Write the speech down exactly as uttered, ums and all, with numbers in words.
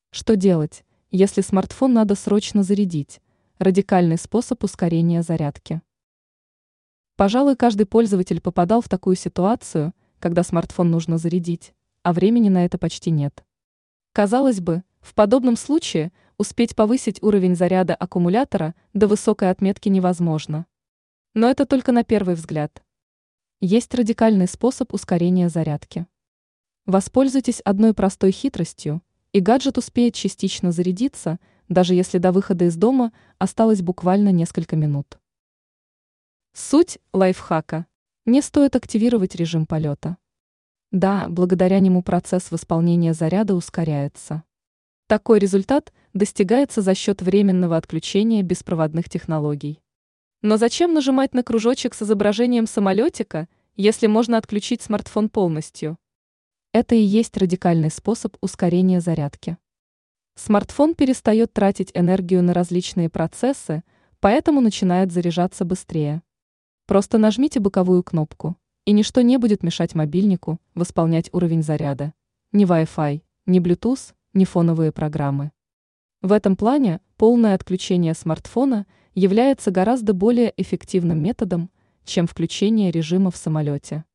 Что делать, если смартфон надо срочно зарядить? Радикальный способ ускорения зарядки. Пожалуй, каждый пользователь попадал в такую ситуацию, когда смартфон нужно зарядить, а времени на это почти нет. Казалось бы, в подобном случае успеть повысить уровень заряда аккумулятора до высокой отметки невозможно. Но это только на первый взгляд. Есть радикальный способ ускорения зарядки. Воспользуйтесь одной простой хитростью, и гаджет успеет частично зарядиться, даже если до выхода из дома осталось буквально несколько минут. Суть лайфхака. Не стоит активировать режим полета. Да, благодаря нему процесс восполнения заряда ускоряется. Такой результат достигается за счет временного отключения беспроводных технологий. Но зачем нажимать на кружочек с изображением самолетика, если можно отключить смартфон полностью? Это и есть радикальный способ ускорения зарядки. Смартфон перестает тратить энергию на различные процессы, поэтому начинает заряжаться быстрее. Просто нажмите боковую кнопку, и ничто не будет мешать мобильнику восполнять уровень заряда. Ни Wi-Fi, ни Bluetooth, ни фоновые программы. В этом плане полное отключение смартфона является гораздо более эффективным методом, чем включение режима в самолете.